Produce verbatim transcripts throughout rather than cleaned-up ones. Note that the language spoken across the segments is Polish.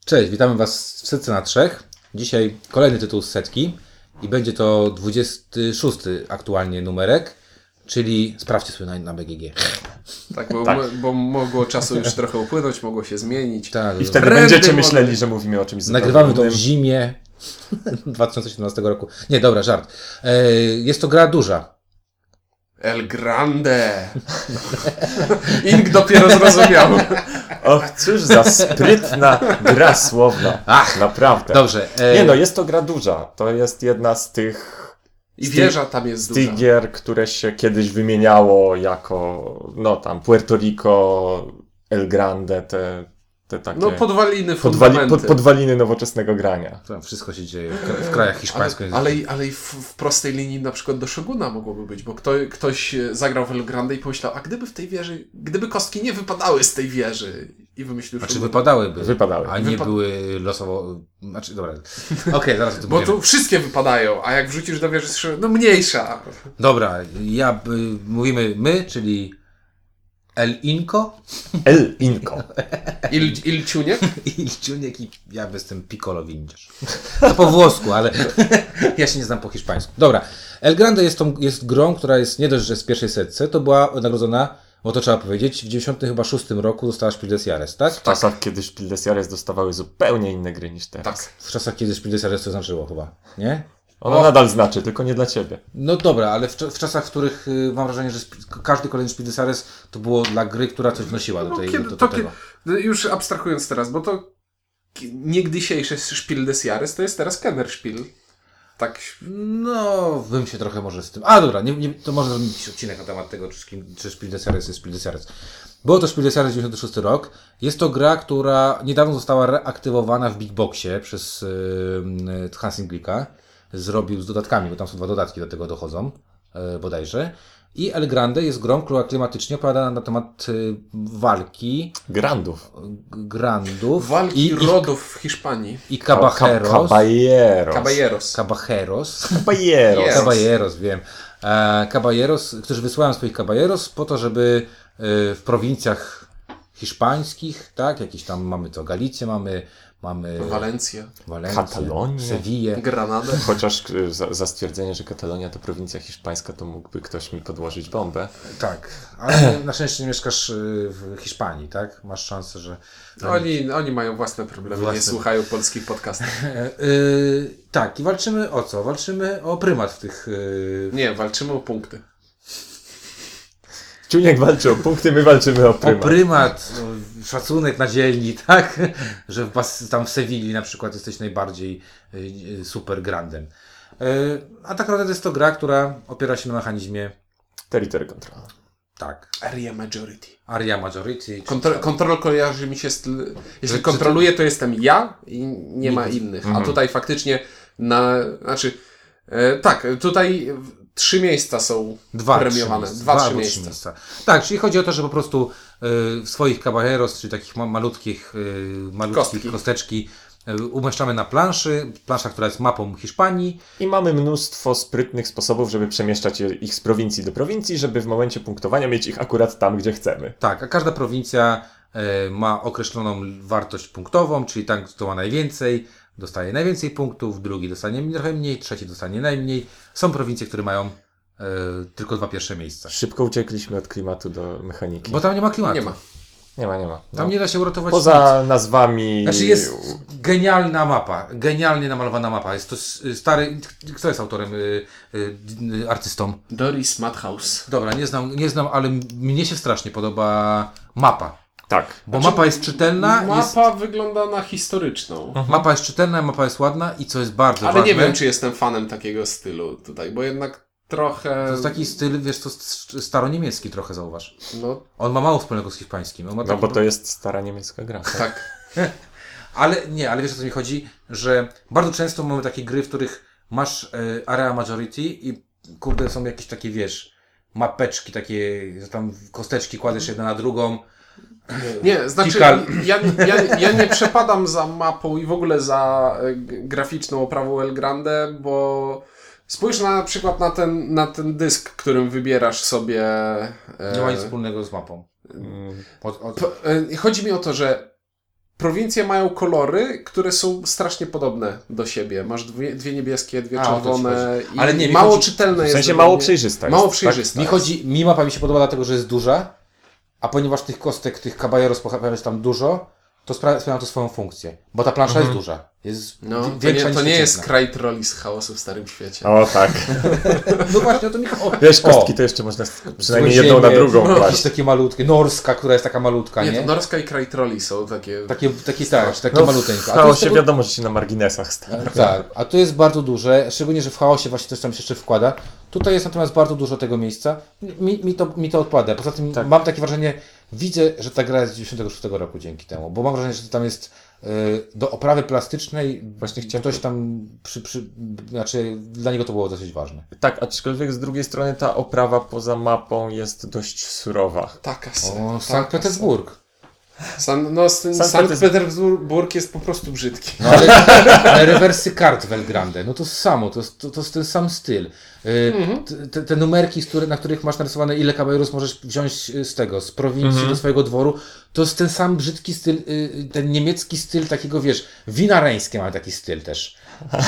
Cześć, witamy Was w Setce na trzech. Dzisiaj kolejny tytuł z setki i będzie to dwudziesty szósty aktualnie numerek, czyli sprawdźcie sobie na, na B G G. Tak, bo, tak. bo mogło czasu już trochę upłynąć, mogło się zmienić. Tak, I wtedy Trendy będziecie mogą- myśleli, że mówimy o czymś zupełnie nagrywamy to innym. w zimie dwa tysiące siedemnastego roku. Nie, dobra, żart. E, jest to gra duża. El Grande. Ink dopiero zrozumiał. Och, cóż za sprytna gra słowna. Ach, Naprawdę. Dobrze. E, Nie no, jest to gra duża. To jest jedna z tych, I Z wieża tam jest z duża. tych gier, które się kiedyś wymieniało jako, no tam, Puerto Rico, El Grande, te, te takie No podwaliny, podwali, fundamenty. pod, podwaliny nowoczesnego grania. Tam wszystko się dzieje w, kra- w krajach ale, hiszpańskojęzycznych. ale, i- ale i w, w prostej linii na przykład do Shoguna mogłoby być, bo kto, ktoś zagrał w El Grande i pomyślał, a gdyby w tej wieży, gdyby kostki nie wypadały z tej wieży i wymyślił Znaczy Shoguna. wypadałyby. Wypadały. A nie Wypa- były losowo... Znaczy, dobra. Okej, zaraz o tym Bo powiemy. tu wszystkie wypadają, a jak wrzucisz do wieży, no mniejsza. Dobra, ja y, mówimy my, czyli El Inco, El Inco. Il, Ilciuniek? Il Ciuniek i ja jestem Piccolo Windziarz. To po włosku, ale ja się nie znam po hiszpańsku. Dobra, El Grande jest, tą, jest grą, która jest nie dość, że z pierwszej setce, to była nagrodzona, bo to trzeba powiedzieć, w dziewięćdziesiątym szóstym roku dostała Spiel des Jahres, tak? W czasach, kiedy Spiel des Jahres dostawały zupełnie inne gry niż teraz. Tak. W czasach, kiedy Spiel des Jahres to znaczyło chyba, nie? Ono nadal znaczy, tylko nie dla ciebie. No dobra, ale w, cza- w czasach, w których y, mam wrażenie, że sp- każdy kolejny Spiel des Jahres to było dla gry, która coś wnosiła do, No, tej, kiedy, do, do to, tego. kiedy, już abstrahując teraz, bo to ki- niegdysiejszy Spiel des Jahres to jest teraz Kennerspiel. Tak. No, bym się trochę może z tym... A dobra, nie, nie, to może zrobić jakiś odcinek na temat tego, czy, z kim, czy Spiel des Jahres jest Spiel des Jahres. Było to Spiel des Jahres dziewięćdziesiąty szósty rok. Jest to gra, która niedawno została reaktywowana w Big Boxie przez yy, Hansinglika. Zrobił z dodatkami, bo tam są dwa dodatki do tego dochodzą, yy, bodajże. I El Grande jest grą, która klimatycznie opowiada na temat yy, walki, Grandów. g- grandów Walki i, i, rodów w Hiszpanii. i caballeros. Caballeros. Caballeros. Caballeros. Caballeros. Yes. Caballeros, wiem. E, caballeros, którzy wysyłają swoich caballeros po to, żeby e, w prowincjach hiszpańskich, tak, jakieś tam mamy to Galicję, mamy, mamy Walencja. Walencję, Katalonię. Sewillę. Granadę. Chociaż y, za, za stwierdzenie, że Katalonia to prowincja hiszpańska, to mógłby ktoś mi podłożyć bombę. Tak, ale na szczęście nie mieszkasz e, w Hiszpanii, tak? Masz szansę, że... Oni, oni mają własne problemy, Własne. nie słuchają polskich podcastów. E, e, tak, i walczymy o co? Walczymy o prymat w tych... E, Nie, walczymy o punkty. Ciuniek walczy o punkty, my walczymy o O prymat. prymat, o szacunek na dzielni, tak? Że w Bas- tam w Sewilli na przykład jesteś najbardziej y, y, super grandem. Y, a tak naprawdę jest to gra, która opiera się na mechanizmie, Territory control. tak, Area Majority. area majority. czy- Kontrol, kontrol kojarzy mi się z... tl- Jeśli Czy- kontroluję, to jestem ja i nie ma Nikt. innych. Mhm. A tutaj faktycznie na... Znaczy... E, tak, tutaj w- trzy miejsca są Dwa, premiowane. trzy, Dwa, miejsca. trzy albo miejsca. Tak, czyli chodzi o to, że po prostu y, w swoich caballeros, czyli takich ma- malutkich, y, malutkich Kostki. kosteczki, y, umieszczamy na planszy. Plansza, która jest mapą Hiszpanii. I mamy mnóstwo sprytnych sposobów, żeby przemieszczać je- ich z prowincji do prowincji, żeby w momencie punktowania mieć ich akurat tam, gdzie chcemy. Tak, a każda prowincja e, ma określoną wartość punktową, czyli tam, kto ma najwięcej, dostaje najwięcej punktów, drugi dostanie trochę mniej, trzeci dostanie najmniej. Są prowincje, które mają e, tylko dwa pierwsze miejsca. Szybko uciekliśmy od klimatu do mechaniki. Bo tam nie ma klimatu. Nie ma. Nie ma, nie ma. No. Tam nie da się uratować Poza nazwami... nic. Znaczy jest genialna mapa, genialnie namalowana mapa. Jest to s- stary... Kto jest autorem, y, y, y, artystą? Doris Madhouse. Dobra, nie znam, nie znam, ale mnie się strasznie podoba mapa. Tak. Bo Znaczy, mapa jest czytelna, jest... Mapa wygląda na historyczną. Mapa jest czytelna, mapa jest ładna i co jest bardzo Ale ważne... nie wiem, czy jestem fanem takiego stylu tutaj, bo jednak trochę... To jest taki styl, wiesz, to st- staroniemiecki trochę, zauważ. No On ma mało wspólnego z hiszpańskim. On ma No taki- bo to jest stara niemiecka gra. tak. Ale nie, ale wiesz, o co mi chodzi? Że bardzo często mamy takie gry, w których masz e, area majority i kurde są jakieś takie, wiesz, mapeczki takie, że tam kosteczki kładziesz jedna na drugą. Nie, znaczy Tikal. ja, ja, ja nie przepadam za mapą i w ogóle za e, g- graficzną oprawą El Grande, bo spójrz na przykład na ten, na ten dysk, którym wybierasz sobie... E, Nie ma nic wspólnego z mapą. Mm, Od, od... p- e, chodzi mi o to, że prowincje mają kolory, które są strasznie podobne do siebie. Masz dwie, dwie niebieskie, dwie A, o to ci czerwone chodzi. i Ale nie, mi mało chodzi- czytelne W jest. sensie według mało mnie. przejrzysta Mało jest, tak? przejrzysta. Mi jest. chodzi, mi mapa mi się podoba dlatego, że jest duża, a ponieważ tych kostek, tych caballeros pojawia się tam dużo, to sprawia, spełnia to swoją funkcję. Bo ta plansza jest duża. Jest No, wi- to większa nie, to niż nie jest przeciętna. kraj troli z chaosu w Starym Świecie. O tak. No właśnie, o to mi o, Wiesz, o, kostki to jeszcze można przynajmniej Złe jedną na ziemie, drugą no, kłaść. takie malutkie. Norska, która jest taka malutka, Nie, nie? to Norska i kraj troli są takie... Takie, takie tak, takie No, maluteńko. w A to jest chaosie tego- wiadomo, że się na marginesach stawia. Tak, a tu jest bardzo duże, szczególnie, że w chaosie właśnie też tam się jeszcze wkłada. Tutaj jest natomiast bardzo dużo tego miejsca. Mi, mi, to, mi to odpada. Poza tym Tak. mam takie wrażenie, widzę, że ta gra jest z dziewięćdziesiątego szóstego roku dzięki temu, bo mam wrażenie, że tam jest y, do oprawy plastycznej Właśnie chciałem- ktoś tam przy, przy, znaczy dla niego to było dosyć ważne. Tak, aczkolwiek z drugiej strony ta oprawa poza mapą jest dość surowa. Taka se, O, taka Sankt Petersburg. San, no, Sankt, Sankt Sankt Peters- Petersburg jest po prostu brzydki. No ale, ale rewersy kart w Elgrande, no to samo, to, jest- to, to jest ten sam styl. Y, te, te numerki, z które, na których masz narysowane ile kaballerów możesz wziąć y, z tego, z prowincji do swojego dworu, to jest ten sam brzydki styl, y, ten niemiecki styl takiego, wiesz, wina reńskie ma taki styl też.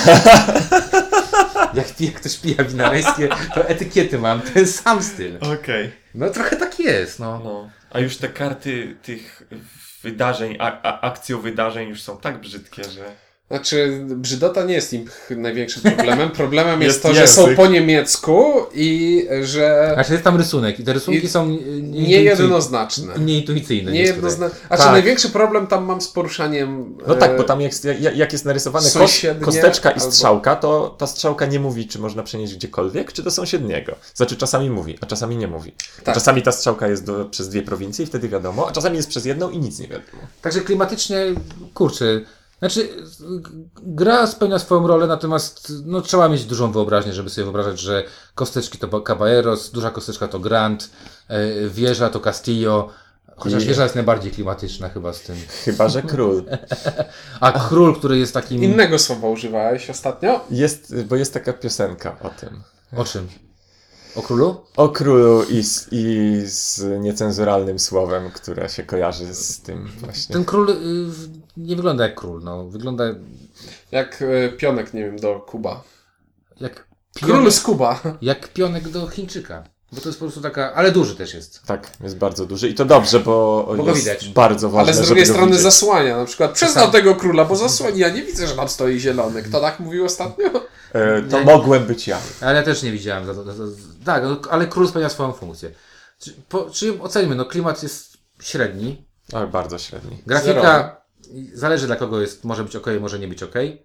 Jak, pije, jak ktoś pije wina reńskie, to etykiety mam, ten sam styl. Okej. No trochę tak jest, no. No. A już te karty tych wydarzeń, a, a, akcją wydarzeń już są tak brzydkie, że... Znaczy, brzydota nie jest im ch- największym problemem. Problemem jest, Jest to, że język. są po niemiecku i że Znaczy jest tam rysunek i te rysunki I są y, niejednoznaczne. Nieintuicyjne. Niejednoznaczne. Znaczy, Tak. największy problem tam mam z poruszaniem. No e, tak, bo tam jak, jak, jak jest narysowane kos, sąsiednie kosteczka i albo- strzałka, to ta strzałka nie mówi, czy można przenieść gdziekolwiek, czy do sąsiedniego. Znaczy czasami mówi, a czasami nie mówi. Tak. Czasami ta strzałka jest do, przez dwie prowincje i wtedy wiadomo, a czasami jest przez jedną i nic nie wiadomo. Także klimatycznie, kurczę, znaczy g- gra spełnia swoją rolę, natomiast no, trzeba mieć dużą wyobraźnię, żeby sobie wyobrażać, że kosteczki to Caballeros, duża kosteczka to Grand, e, wieża to Castillo, chociaż I- wieża jest najbardziej klimatyczna chyba z tym. Chyba, że król. A król, który jest takim... Innego słowa używałeś ostatnio? Jest, bo jest taka piosenka o tym. O czym? O królu? O królu i z, i z niecenzuralnym słowem, które się kojarzy z tym właśnie. Ten król y, w- nie wygląda jak król, no. Wygląda Jak e, pionek, nie wiem, do Kuba. jak Król pionek, z Kuba. jak pionek do Chińczyka. Bo to jest po prostu taka... Ale duży też jest. Tak, jest bardzo duży i to dobrze, bo, Bo go jest widać. bardzo ważne, Ale z żeby drugiej go strony widzieć. zasłania. Na przykład przyznał Tak. tego króla, bo zasłoni. Ja nie widzę, że tam stoi zielony. Kto tak mówił ostatnio? E, to Nie. mogłem być ja. Ale ja też nie widziałem. Za, za, za, tak, no, ale król spełnia swoją funkcję. Czy, po, czyli ocenimy, no klimat jest średni. Ale bardzo średni. Grafika zależy dla kogo jest, może być ok, może nie być ok. E,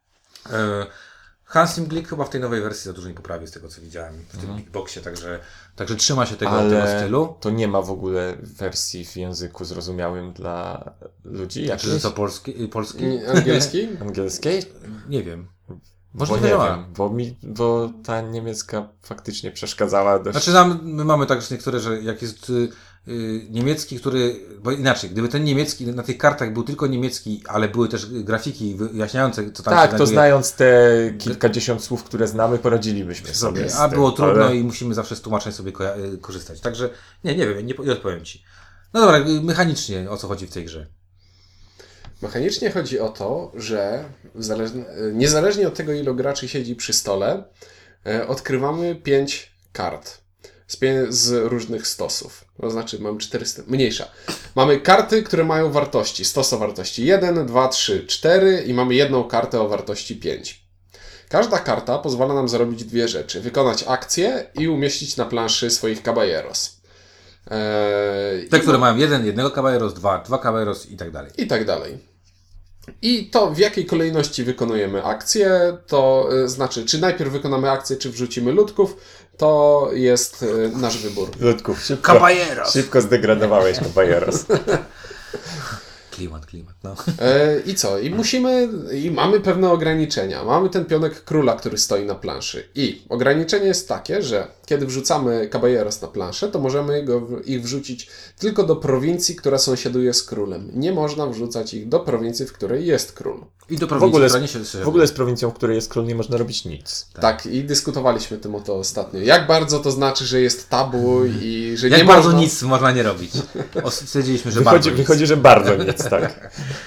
Hans Im Glück chyba w tej nowej wersji za dużo nie poprawił z tego co widziałem w tym Big Boxie, także, także trzyma się tego, tego Ale stylu. to nie ma w ogóle wersji w języku zrozumiałym dla ludzi Czy jakiejś to polski? polski? Angielski? angielskiej? Nie wiem. Bo Może nie nie wiem, ma. bo, mi, bo ta niemiecka faktycznie przeszkadzała dość. Znaczy nam, my mamy także niektóre, że jak jest y, y, niemiecki, który, bo inaczej, gdyby ten niemiecki na tych kartach był tylko niemiecki, ale były też grafiki wyjaśniające, co tam się tak, to znajduje. znając te kilkadziesiąt słów, które znamy, poradzilibyśmy sobie. sobie, z a tym, było trudno ale- i musimy zawsze z tłumaczeń sobie koja- y, korzystać. Także nie, nie wiem, nie, nie odpowiem Ci. No dobra, y, mechanicznie o co chodzi w tej grze? Mechanicznie chodzi o to, że zależnie, niezależnie od tego, ilu graczy siedzi przy stole, e, odkrywamy pięć kart z, pię- z różnych stosów. To znaczy, mamy cztery, st- mniejsza. Mamy karty, które mają wartości. Stos o wartości jeden, dwa, trzy, cztery i mamy jedną kartę o wartości pięć. Każda karta pozwala nam zrobić dwie rzeczy. Wykonać akcję i umieścić na planszy swoich caballeros. E, Te, i- które mają jeden, jednego Caballeros, dwa, dwa Caballeros i tak dalej. i tak dalej. I to w jakiej kolejności wykonujemy akcję, to y, znaczy, czy najpierw wykonamy akcję, czy wrzucimy ludków, to jest y, nasz wybór. Ludków, szybko, Caballeros! szybko zdegradowałeś Caballeros. Klimat, klimat, no. E, I co? I musimy, i mamy pewne ograniczenia. Mamy ten pionek króla, który stoi na planszy. I ograniczenie jest takie, że kiedy wrzucamy caballeros na planszę, to możemy go, ich wrzucić tylko do prowincji, która sąsiaduje z królem. Nie można wrzucać ich do prowincji, w której jest król. I do W prowincji, ogóle, która nie z, się w ogóle z prowincją, w której jest król, nie można robić nic. Tak, i dyskutowaliśmy tym o to ostatnio. Jak bardzo to znaczy, że jest tabu i że Jak nie bardzo można... nic można nie robić. O, stwierdziliśmy, że Wychodzi, bardzo nic. wychodzi, że bardzo nic. więc tak.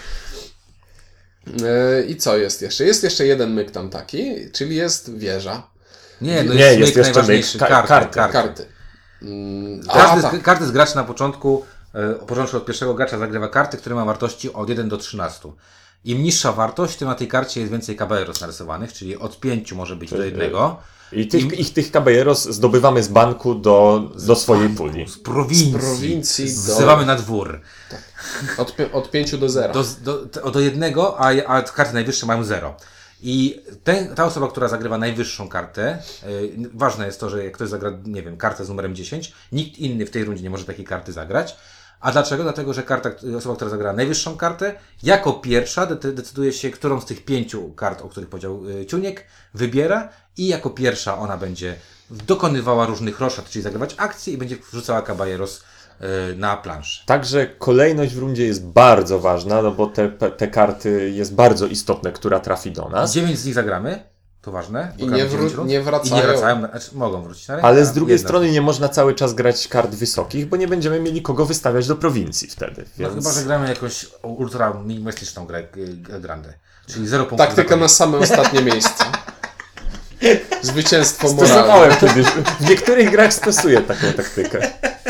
E, I co jest jeszcze? Jest jeszcze jeden myk tam taki, czyli jest wieża. Nie, no Nie, jest, jest myk jeszcze najważniejszy. myk. Ka- Karty, karty. karty. Karty. Mm, a, Każdy, tak. z, każdy z graczy na początku, e, począwszy od pierwszego gracza, zagrywa karty, które mają wartości od jeden do trzynastu. Im niższa wartość, tym na tej karcie jest więcej kaballeros narysowanych, czyli od pięciu może być do jednego. I tych, ich tych caballeros zdobywamy z banku do, do swojej banku, puli. Z prowincji. Z prowincji do- Wzywamy na dwór. Od, pi- od pięciu do zera. Do, do, do, do jednego, a, a karty najwyższe mają zero. I ten, ta osoba, która zagrywa najwyższą kartę, yy, ważne jest to, że jak ktoś zagra, nie wiem, kartę z numerem dziesięć, nikt inny w tej rundzie nie może takiej karty zagrać. A dlaczego? Dlatego, że karta, osoba, która zagrała najwyższą kartę, jako pierwsza de- decyduje się, którą z tych pięciu kart, o których powiedział yy, Ciuniek, wybiera i jako pierwsza ona będzie dokonywała różnych roszad, czyli zagrywać akcje i będzie wrzucała caballeros yy, na planszę. Także kolejność w rundzie jest bardzo ważna, no bo te, te karty jest bardzo istotne, która trafi do nas. Dziewięć z nich zagramy, to ważne. I Gramy nie wró- dziewięć rund. nie wracają. I nie wracają, znaczy mogą wrócić na rękę. Ale z a drugiej jedna- strony nie można cały czas grać kart wysokich, bo nie będziemy mieli kogo wystawiać do prowincji wtedy. No Więc... chyba, że gramy jakąś ultra minimalistyczną grę y, Grande. Czyli zero punktów. Taktyka za na koniec. same ostatnie miejsce. Zwycięstwo moralne. Stosowałem kiedyś. W niektórych grach stosuję taką taktykę.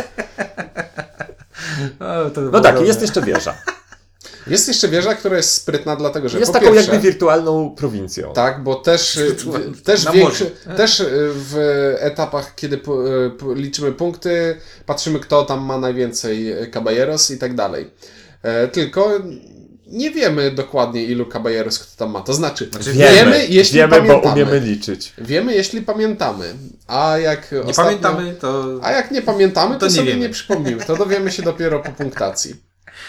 No, to by No było tak, i dobre. jest jeszcze wieża. Jest jeszcze wieża, która jest sprytna, dlatego że Jest po taką pierwsze, jakby wirtualną prowincją. tak, bo też, Wirtualną. w- też, Na większy, morzu. też w etapach, kiedy po, po, liczymy punkty, patrzymy, kto tam ma najwięcej caballeros i tak dalej. E, tylko nie wiemy dokładnie, ilu caballeros kto tam ma. To znaczy, Znaczy, wiemy, Wiemy, jeśli wiemy bo pamiętamy. umiemy liczyć. Wiemy, jeśli pamiętamy. A jak Nie ostatnio, pamiętamy, to... A jak nie pamiętamy, to, To nie sobie wiemy. nie przypomnimy. To dowiemy się dopiero po punktacji.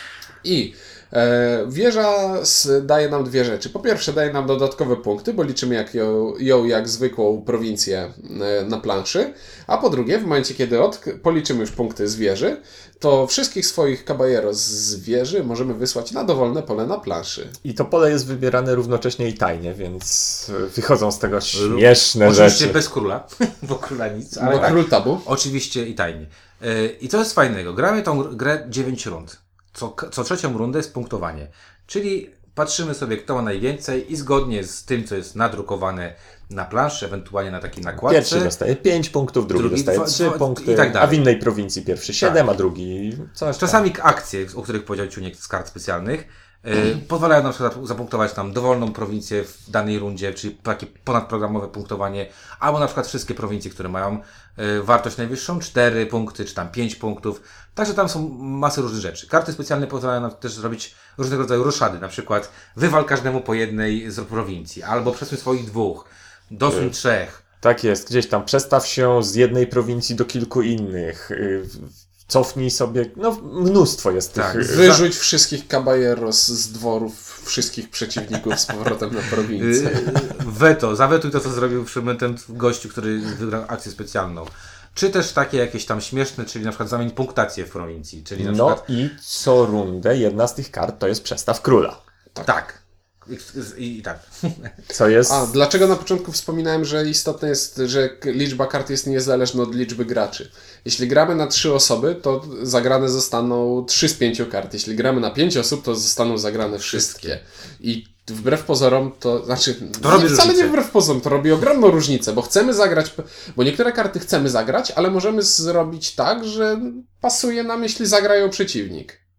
I e, wieża s- daje nam dwie rzeczy. Po pierwsze, daje nam dodatkowe punkty, bo liczymy jak ją, ją jak zwykłą prowincję e, na planszy. A po drugie, w momencie, kiedy od, policzymy już punkty z wieży, to wszystkich swoich caballeros z wieży możemy wysłać na dowolne pole na planszy. I to pole jest wybierane równocześnie i tajnie, więc wychodzą z tego śmieszne Oczywiście rzeczy. bez króla, bo króla nic, ale Bo tak, król tabu. oczywiście i tajnie. Yy, I co jest fajnego? Gramy tą grę dziewięć rund. Co, co trzecią rundę jest punktowanie. Czyli patrzymy sobie, kto ma najwięcej i zgodnie z tym, co jest nadrukowane na planszy, ewentualnie na takiej nakładce. Pierwszy dostaje pięć punktów, drugi, drugi dostaje dwa- trzy dwa- punkty, i tak dalej. a w innej prowincji pierwszy siedem, a drugi coś tam. Czasami akcje, o których powiedział Ciuniek z kart specjalnych, yy, pozwalają na przykład zapunktować nam dowolną prowincję w danej rundzie, czyli takie ponadprogramowe punktowanie, albo na przykład wszystkie prowincje, które mają yy, wartość najwyższą, cztery punkty, czy tam pięć punktów. Także tam są masy różnych rzeczy. Karty specjalne pozwalają nam też zrobić różnego rodzaju roszady, na przykład wywal każdemu po jednej z prowincji, albo przesuń swoich dwóch, dosuń trzech. Tak jest, gdzieś tam przestaw się z jednej prowincji do kilku innych. y, Cofnij sobie, no mnóstwo jest Tak, tych. y, Wyrzuć wszystkich caballeros z dworów wszystkich przeciwników z powrotem na prowincję. Yy, Weto, zawetuj to, co zrobił przy ten gościu, który wygrał akcję specjalną. Czy też takie jakieś tam śmieszne, czyli na przykład zamień punktację w prowincji, czyli na No przykład... i co rundę jedna z tych kart to jest przestaw króla. Tak. I, i, i tak. Co jest... A, dlaczego na początku wspominałem, że istotne jest, że k- liczba kart jest niezależna od liczby graczy. Jeśli gramy na trzy osoby, to zagrane zostaną trzy z pięciu kart. Jeśli gramy na pięć osób, to zostaną zagrane wszystkie. I wbrew pozorom to, znaczy, To robi nie, wcale różnicę. nie wbrew pozorom, to robi ogromną różnicę, bo chcemy zagrać, bo niektóre karty chcemy zagrać, ale możemy zrobić tak, że pasuje nam, jeśli zagrają przeciwnik.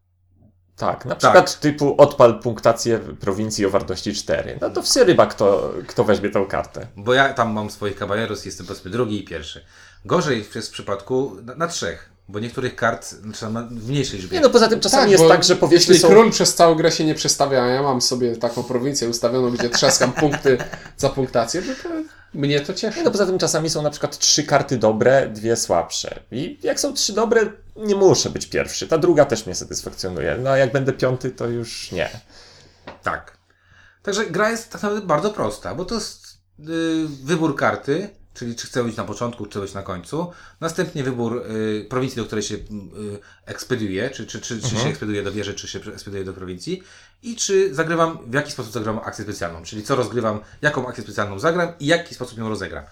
Tak, na Tak. przykład typu odpal punktację prowincji o wartości cztery. No to wsy ryba, kto, kto weźmie tą kartę. Bo ja tam mam swoich caballeros, jestem powiedzmy drugi i pierwszy. Gorzej jest w przypadku na, na trzech, bo niektórych kart znaczy na w mniejszej liczbie. Nie no, poza tym czasami Tak, jest bo tak, że powiedzmy jeśli są... król przez całą grę się nie przestawia, a ja mam sobie taką prowincję ustawioną, gdzie trzaskam punkty za punktację, no to mnie to cieszy. Nie no, poza tym czasami są na przykład trzy karty dobre, dwie słabsze. I jak są trzy dobre, nie muszę być pierwszy. Ta druga też mnie satysfakcjonuje. No a jak będę piąty, to już nie. Tak. Także gra jest tak naprawdę bardzo prosta, bo to jest yy, wybór karty, czyli czy chcę być na początku, czy chcę być na końcu. Następnie wybór yy, prowincji, do której się yy, ekspediuje, czy, czy, czy, czy się ekspediuje do wieży, czy się ekspediuje do prowincji. I czy zagrywam, w jaki sposób zagrywam akcję specjalną, czyli co rozgrywam, jaką akcję specjalną zagram i w jaki sposób ją rozegram.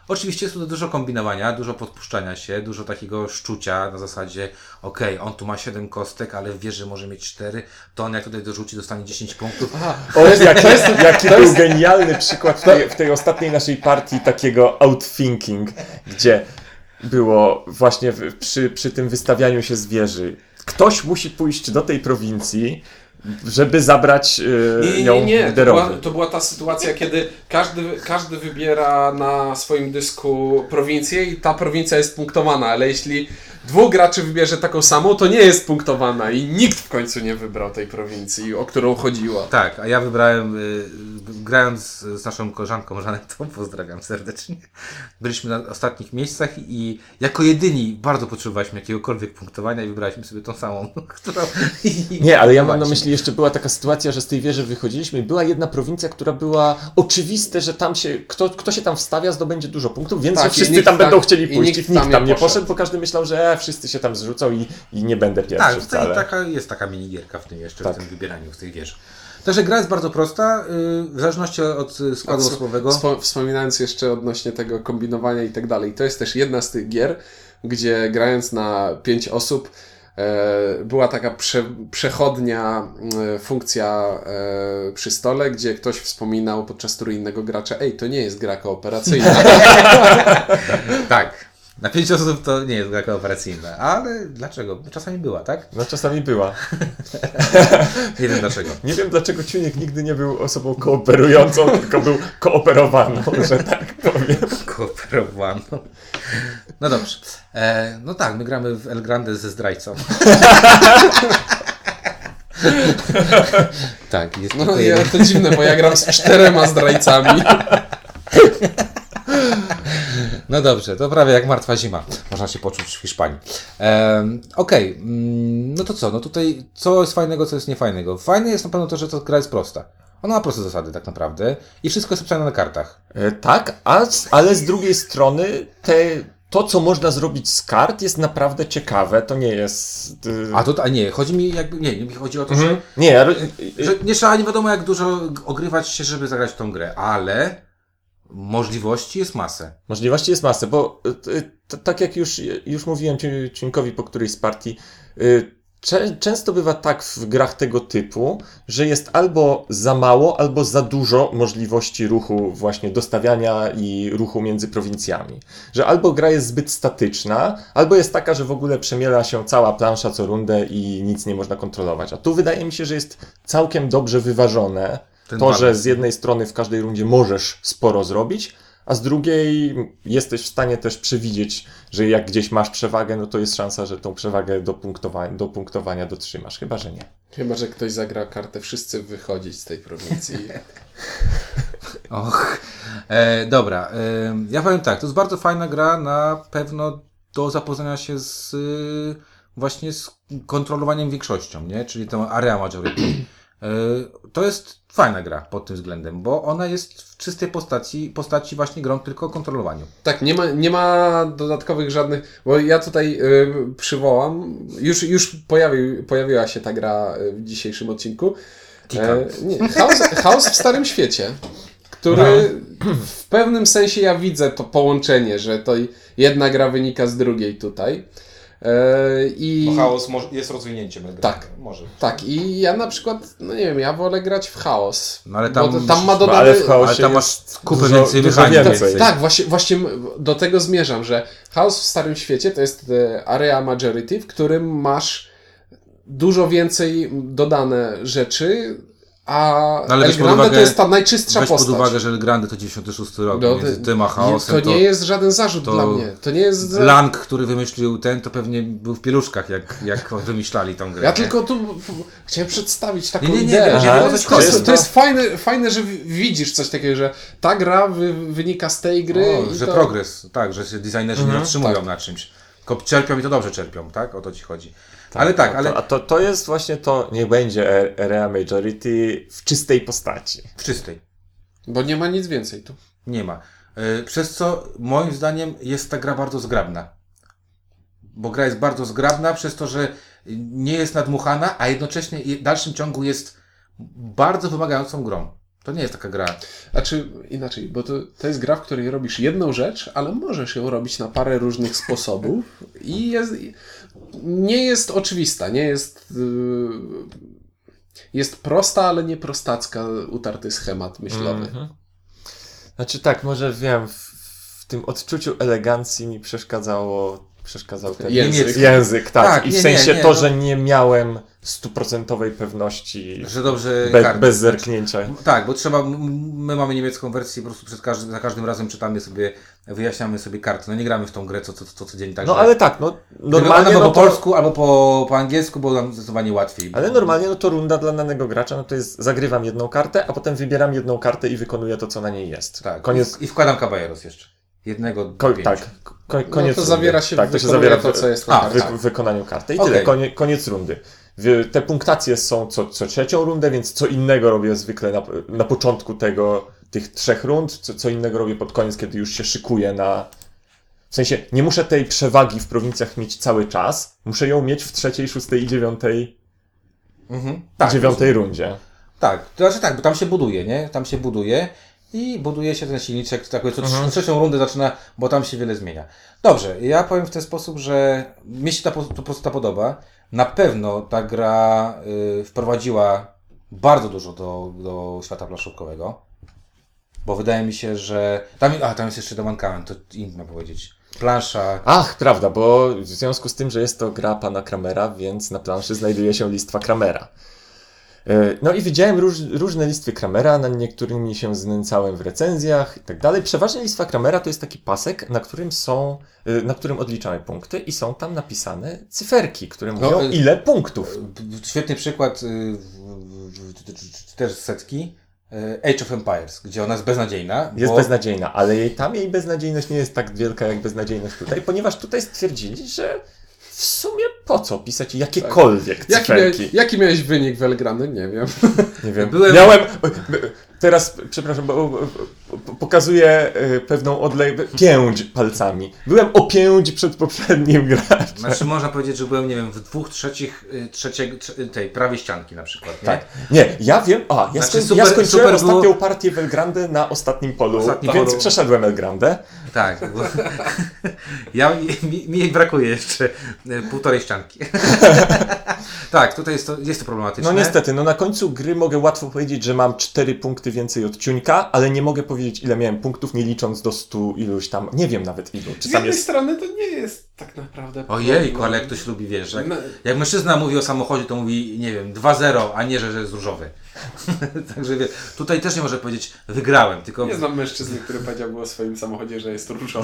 Oczywiście jest tu dużo kombinowania, dużo podpuszczania się, dużo takiego szczucia na zasadzie okej, okay, on tu ma siedem kostek, ale wie, że może mieć cztery, to on jak tutaj dorzuci, dostanie dziesięć punktów. Aha, O, jaki, jaki był genialny przykład w tej, w tej ostatniej naszej partii takiego outthinking, gdzie było właśnie w, przy, przy tym wystawianiu się zwierzy. Ktoś musi pójść do tej prowincji, żeby zabrać yy, Nie, nie, ją nie, nie. To liderowi. była, to była ta sytuacja, kiedy każdy, każdy wybiera na swoim dysku prowincję i ta prowincja jest punktowana, ale jeśli dwóch graczy wybierze taką samą, to nie jest punktowana i nikt w końcu nie wybrał tej prowincji, o którą chodziło. Tak, a ja wybrałem, y, grając z naszą koleżanką Żanetą, pozdrawiam serdecznie, byliśmy na ostatnich miejscach i jako jedyni bardzo potrzebowaliśmy jakiegokolwiek punktowania i wybraliśmy sobie tą samą, którą... Nie, ale ja mam na myśli, jeszcze była taka sytuacja, że z tej wieży wychodziliśmy i była jedna prowincja, która była oczywiste, że tam się, kto, kto się tam wstawia, zdobędzie dużo punktów, więc Tak, że i wszyscy nikt tam tak- będą chcieli i pójść. nikt I nikt tam tam nie nie poszedł. poszedł, bo każdy myślał, że e, wszyscy się tam zrzucą i, i nie będę pierwszy Tak, wcale. tutaj taka, jest taka minigierka w tym jeszcze, Tak. w tym wybieraniu z tych wież. Także gra jest bardzo prosta, y, w zależności od y, składu Wsp- osobowego. Wspo- wspominając jeszcze odnośnie tego kombinowania i tak dalej, to jest też jedna z tych gier, gdzie grając na pięć osób e, była taka prze, przechodnia e, funkcja e, przy stole, gdzie ktoś wspominał podczas tury innego gracza, ej, to nie jest gra kooperacyjna. Tak. Na pięć osób to nie jest gra kooperacyjna, ale dlaczego? Czasami była, tak? No czasami była. Nie wiem dlaczego. Nie wiem, dlaczego Ciuniek nigdy nie był osobą kooperującą, tylko był kooperowaną, że tak powiem. Kooperowano. No dobrze. E, no tak, my gramy w El Grande ze zdrajcą. Tak, jest No tylko ja, jeden. to dziwne, bo ja gram z czterema zdrajcami. No dobrze, to prawie jak martwa zima. Można się poczuć w Hiszpanii. Ehm, Okej, okay. No to co? No tutaj co jest fajnego, co jest niefajnego? Fajne jest na pewno to, że ta gra jest prosta. Ona ma proste zasady tak naprawdę i wszystko jest opisane na kartach. E, tak, a, ale z drugiej strony te, to, co można zrobić z kart jest naprawdę ciekawe. To nie jest... y, A to a nie, chodzi mi jakby, nie, mi chodzi o to, Mhm. Nie, ja, że, że nie trzeba nie wiadomo jak dużo ogrywać się, żeby zagrać w tą grę, ale możliwości jest masę. możliwości jest masę, bo y, y, t- tak jak już, już mówiłem Ci- Ciunkowi po którejś z partii, y, czę- często bywa tak w grach tego typu, że jest albo za mało, albo za dużo możliwości ruchu, właśnie dostawiania i ruchu między prowincjami. Że albo gra jest zbyt statyczna, albo jest taka, że w ogóle przemiela się cała plansza co rundę i nic nie można kontrolować. A tu wydaje mi się, że jest całkiem dobrze wyważone. Ten To, że balans. z jednej strony w każdej rundzie możesz sporo zrobić, a z drugiej jesteś w stanie też przewidzieć, że jak gdzieś masz przewagę, no to jest szansa, że tą przewagę do punktowania, do punktowania dotrzymasz. Chyba, że nie. Chyba, że ktoś zagra kartę wszyscy wychodzić z tej prowincji. Och, e, dobra. E, ja powiem tak, to jest bardzo fajna gra na pewno do zapoznania się z y, właśnie z kontrolowaniem większością, nie? Czyli tą area majority. E, to jest fajna gra pod tym względem, bo ona jest w czystej postaci, postaci właśnie grą tylko o kontrolowaniu. Tak, nie ma, nie ma dodatkowych żadnych, bo ja tutaj y, przywołam, już, już pojawił, pojawiła się ta gra y, w dzisiejszym odcinku. E, nie, chaos, chaos w Starym Świecie, który w pewnym sensie ja widzę to połączenie, że to jedna gra wynika z drugiej tutaj. E, i chaos jest rozwinięciem gry. Tak. Może. Tak, i ja na przykład, no nie wiem, ja wolę grać w chaos. No ale tam bo to, tam ma musisz- dodane... ale w chaosie Ale tam masz jest kupę dużo, więcej dużo mechanik. więcej. Tak, właśnie, właśnie do tego zmierzam, że chaos w Starym Świecie to jest e, area majority, w którym masz dużo więcej dodane rzeczy, a No ale weź El pod Grande uwagę- to jest ta najczystsza Weź postać. pod uwagę, że El Grande to dziewięćdziesiąty szósty rok, No, między to- tym a chaosem nie, to nie jest żaden zarzut to- dla mnie. To nie jest... Lang, który wymyślił ten, to pewnie był w pieluszkach, jak, jak wymyślali tą grę. Ja nie? tylko tu w- chciałem przedstawić taką Nie, nie, nie, ideę. wiem, że Aha, to, jest, to to, jest, jest- to jest fajne, fajne, że w- widzisz coś takiego, że ta gra wy, wynika z tej gry. O, i że to... progres, tak, że się designerzy nie Mhm, otrzymują tak. na czymś. Tylko czerpią i to dobrze czerpią, tak? O to ci chodzi. ale tak, no ale To, a to, to jest właśnie to, niech będzie area majority w czystej postaci. w czystej. Bo nie ma nic więcej tu. Nie ma. Yy, Przez co moim zdaniem jest ta gra bardzo zgrabna. Bo gra jest bardzo zgrabna przez to, że nie jest nadmuchana, a jednocześnie w dalszym ciągu jest bardzo wymagającą grą. To nie jest taka gra. Znaczy inaczej, bo to, to jest gra, w której robisz jedną rzecz, ale możesz ją robić na parę różnych sposobów i jest, nie jest oczywista, nie jest... Yy, jest prosta, ale nie prostacka, utarty schemat myślowy. Mhm. Znaczy tak, może wiem, w, w tym odczuciu elegancji mi przeszkadzało, przeszkadzał ten Język. język tak. Tak, I w nie, sensie nie, nie, to, no. że nie miałem stuprocentowej pewności Że dobrze be, karty bez znaczy. zerknięcia. Tak, bo trzeba, m- my mamy niemiecką wersję, po prostu przed każdym, za każdym razem czytamy sobie, wyjaśniamy sobie karty. No nie gramy w tą grę co, co, co codziennie. Tak, No że- ale tak, no Gdyby normalnie albo no po to, polsku, albo po, po angielsku, było nam zdecydowanie łatwiej. ale normalnie no to runda dla danego gracza, no to jest zagrywam jedną kartę, a potem wybieram jedną kartę i wykonuję to, co na niej jest. Tak, Koniec. I wkładam kabajeros jeszcze. Jednego do Ko- pięciu. tak, ko- koniec No to rundy. zawiera się, tak, to się wykonuje zawiera to, co jest w, na a, kartach. wy, w wykonaniu karty. I Okej. tyle, konie, koniec rundy. W- Te punktacje są co, co trzecią rundę, więc co innego robię zwykle na, na początku tego, tych trzech rund, co, co innego robię pod koniec, kiedy już się szykuję na... W sensie, nie muszę tej przewagi w prowincjach mieć cały czas, muszę ją mieć w trzeciej, szóstej i dziewiątej, Mhm. Tak, dziewiątej rundzie. Tak, to znaczy tak, bo tam się buduje, nie? Tam się buduje i buduje się ten silniczek, tak jakby co Mhm. trz- trzecią rundę zaczyna, bo tam się wiele zmienia. Dobrze, ja powiem w ten sposób, że mi się ta, po- to po prostu ta podoba. Na pewno ta gra y, wprowadziła bardzo dużo do, do świata planszówkowego, bo wydaje mi się, że tam, a, tam jest jeszcze The Mankament, to inna powiedzieć. Plansza. Ach, prawda, bo w związku z tym, że jest to gra pana Kramera, więc na planszy znajduje się listwa Kramera. E, No i widziałem róż, różne listwy Kramera, nad niektórymi się znęcałem w recenzjach i tak dalej. Przeważnie listwa Kramera to jest taki pasek, na którym są, e, na którym odliczamy punkty i są tam napisane cyferki, które mówią e, ile punktów. Świetny przykład, y, w- w- w- też z setki, y, Age of Empires, gdzie ona jest beznadziejna. Jest bo... beznadziejna, ale jej, tam jej beznadziejność nie jest tak wielka jak beznadziejność tutaj, ponieważ tutaj stwierdzili, że w sumie po co pisać jakiekolwiek Jaki, mia, cyferki. jaki miałeś wynik w Elgrany? Nie wiem. Nie wiem. Byłem- Miałem. Teraz, przepraszam, bo, bo, bo pokazuję y, pewną odległość. Pięć palcami. Byłem o pięć przed poprzednim graczem. Znaczy można powiedzieć, że byłem, nie wiem, w dwóch trzecich y, trzeciego, trze- tej prawej ścianki na przykład. Nie? Tak. Nie, ja wiem. A, ja, Znaczy, skoń, super- ja skończyłem super ostatnią było- partię w Elgrandę na ostatnim polu, Ostatnim więc polu. przeszedłem Elgrandę. Tak. Bo... ja, mi, mi jej brakuje jeszcze y, półtorej ścianki. tak, tutaj jest to, jest to problematyczne. No niestety, no na końcu gry mogę łatwo powiedzieć, że mam cztery punkty więcej od Ciuńka, ale nie mogę powiedzieć, ile miałem punktów, nie licząc do stu iluś tam. Nie wiem nawet ilu. Czy Z tam jednej jest. strony to nie jest tak naprawdę... Ojejku, ale jak ktoś lubi, wiesz, jak, No. jak mężczyzna mówi o samochodzie, to mówi, nie wiem, dwa zero, a nie, że, że jest różowy. Także wie, tutaj też nie może powiedzieć, wygrałem, tylko... Nie znam mężczyzny, który powiedziałby o swoim samochodzie, że jest różowy.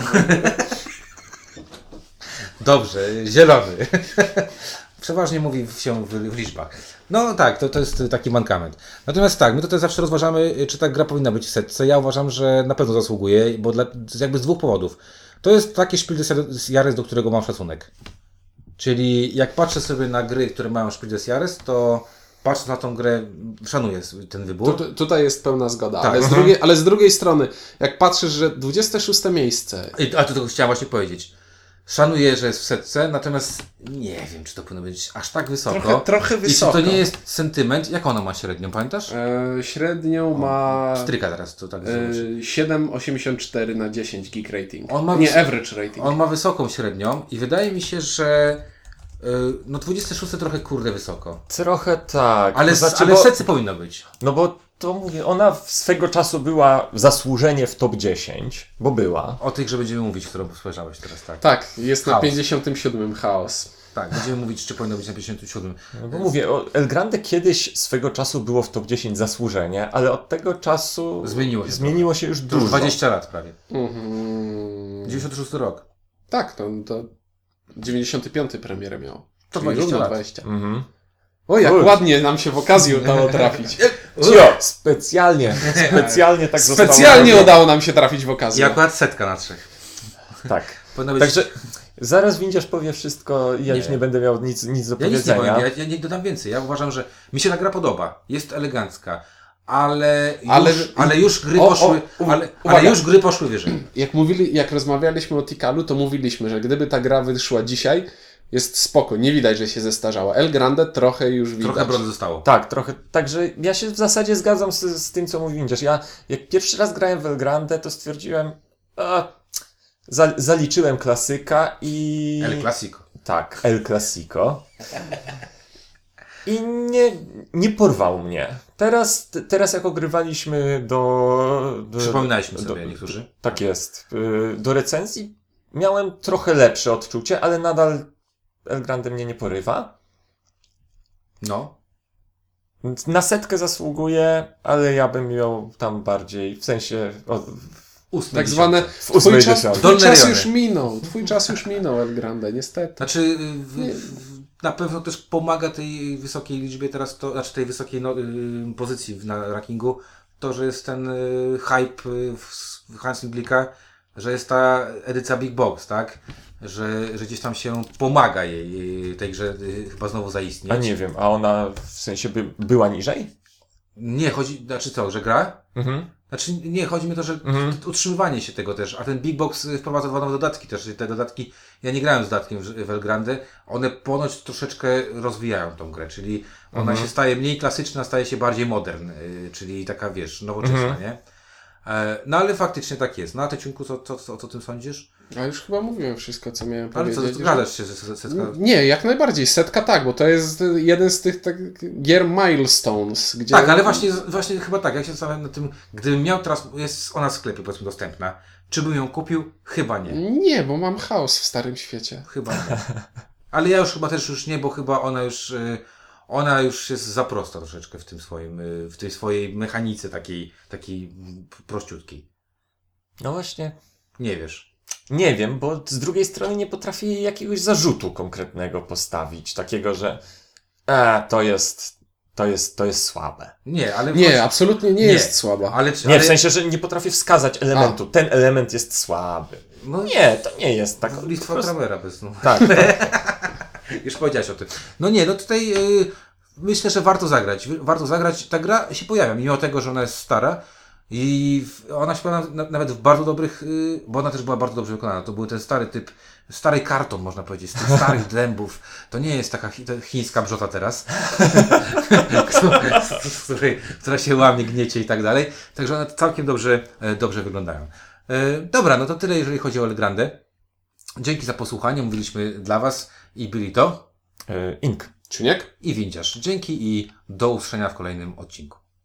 Dobrze, zielony. Przeważnie mówi się w, w liczbach. No tak, to, to jest taki mankament. Natomiast tak, my tutaj zawsze rozważamy, czy ta gra powinna być w setce. Ja uważam, że na pewno zasługuje, bo dla, jakby z dwóch powodów. To jest taki Spiel des Jahres, do którego mam szacunek. Czyli jak patrzę sobie na gry, które mają Spiel des Jahres, to patrząc na tą grę, szanuję ten wybór. Tu, tutaj jest pełna zgoda, Tak. ale, z Mhm. drugiej, ale z drugiej strony, jak patrzysz, że dwudzieste szóste miejsce, I, a to tego chciałem właśnie powiedzieć. Szanuję, że jest w setce, natomiast nie wiem, czy to powinno być aż tak wysoko. trochę, trochę Jeśli wysoko. to nie jest sentyment, jak ona ma średnią, pamiętasz? E, średnią ma Stryka teraz to tak zobacz. e, siedem przecinek osiemdziesiąt cztery na dziesięć geek rating. On ma nie, wys- average rating. On ma wysoką średnią i wydaje mi się, że y, no dwudzieste szóste trochę kurde wysoko. Trochę tak. Ale, to znaczy, ale bo, w setce powinno być. No bo to mówię, ona w swego czasu była zasłużenie w top dziesięć, bo była. O tych, że będziemy mówić, którą spojrzałeś teraz, tak. Tak, jest na Chaos. pięćdziesiątym siódmym chaos. Tak, będziemy mówić, czy powinno być na pięćdziesiątym siódmym. No bo mówię, o El Grande kiedyś swego czasu było w top dziesięć zasłużenie, ale od tego czasu Zmieniło się zmieniło się już To dużo. już dwadzieścia lat prawie. Mhm. dziewięćdziesiąty szósty rok. Tak, to, to dziewięćdziesiąty piąty premierę miał. To Czyli dwadzieścia równo lat. dwadzieścia. Mhm. O, jak Uż. ładnie nam się w okazji udało trafić. Cio, specjalnie, specjalnie tak zostało Specjalnie zrobione. udało nam się trafić w okazji. I akurat setka na trzech. Tak. Powinno być... Także zaraz Windziarz powie wszystko i ja Nie. już nie będę miał nic, nic do Ja nic nie powiedzenia. powiem, ja, ja nie dodam więcej. Ja uważam, że mi się ta gra podoba. Jest elegancka. Ale już, Ale- ale, już gry O, o, poszły. u- ale, uwaga. ale już gry poszły wyżej. Jak mówili, jak rozmawialiśmy o Tikalu, to mówiliśmy, że gdyby ta gra wyszła dzisiaj, jest spoko, nie widać, że się zestarzała. El Grande trochę już widać. Trochę brody zostało. Tak, trochę. Także ja się w zasadzie zgadzam z, z tym, co mówi Windziarz. Ja jak pierwszy raz grałem w El Grande, to stwierdziłem, a, za, zaliczyłem klasyka i... El Clasico. Tak, El Clasico. I nie, nie porwał mnie. Teraz, t- teraz jak ogrywaliśmy do... do Przypominaliśmy do- sobie niektórzy. Tak jest. Y, Do recenzji miałem trochę lepsze odczucie, ale nadal El Grande mnie nie porywa. No. Na setkę zasługuje, ale ja bym ją tam bardziej, w sensie... O, Ósme Tak zwane, dziesiąte. w twój ósmej czas, dziesiątej. twój Dolne czas rejony. już minął, twój czas już minął, El Grande, niestety. Znaczy, y, w, w, na pewno też pomaga tej wysokiej liczbie teraz, to, znaczy tej wysokiej no, y, pozycji w- na rankingu, to, że jest ten y, hype y, w- w Hansenglika, że jest ta edycja Big Box, tak? Że, że gdzieś tam się pomaga jej, y, tej grze y, chyba znowu zaistnieć. A nie wiem, a ona w sensie by, była niżej? Nie, chodzi, znaczy co, że gra? Mhm. Znaczy nie, chodzi mi o to, że Mhm. t- utrzymywanie się tego też, a ten Big Box y, wprowadza dwa nowe dodatki też, te dodatki, ja nie grałem z dodatkiem w, w El Grande, one ponoć troszeczkę rozwijają tą grę, czyli ona Mhm. się staje mniej klasyczna, staje się bardziej modern, y, czyli taka, wiesz, nowoczesna, Mhm. nie? E, no ale faktycznie tak jest. No a ty, Ciunku, co, co, co, co o tym sądzisz? A już chyba mówiłem wszystko, co miałem Ale co, powiedzieć. zgadzasz się, że że- że- że- Nie, jak najbardziej. Setka tak, bo to jest jeden z tych tak, gier milestones, gdzie... Tak, ale właśnie, właśnie chyba tak, ja się zastanawiam nad tym, gdybym miał teraz, jest ona w sklepie powiedzmy dostępna, czy bym ją kupił? Chyba nie. Nie, bo mam chaos w Starym Świecie. Chyba nie. Ale ja już chyba też już nie, bo chyba ona już, y, ona już jest za prosta troszeczkę w tym swoim, y, w tej swojej mechanice takiej, takiej mm, prościutkiej. No właśnie. Nie wiesz. Nie wiem, bo z drugiej strony nie potrafię jej jakiegoś zarzutu konkretnego postawić. Takiego, że a, to jest, to jest, to jest słabe. Nie, ale... Nie, absolutnie nie, Nie. jest słaba. Ale, czy- Nie, ale, w sensie, że nie potrafię wskazać elementu. Ten element jest słaby. No, Nie, to nie jest tak. po Listwa prostu- Travera bez no. Tak, Już powiedziałeś o tym. No nie, no tutaj y, myślę, że warto zagrać. Warto zagrać. Ta gra się pojawia, mimo tego, że ona jest stara. I w- ona się pojawia na, nawet w bardzo dobrych, y, bo ona też była bardzo dobrze wykonana. To był ten stary typ, stary karton, można powiedzieć, z tych starych dębów. To nie jest taka chi, to chińska brzota teraz, z, z której, która się łamie, gniecie i tak dalej. Także one całkiem dobrze, e, dobrze wyglądają. E, dobra, no to tyle, jeżeli chodzi o El Grande. Dzięki za posłuchanie. Mówiliśmy dla Was i byli to Y, Ink. Czuniek? i Windziarz. Dzięki i do usłyszenia w kolejnym odcinku.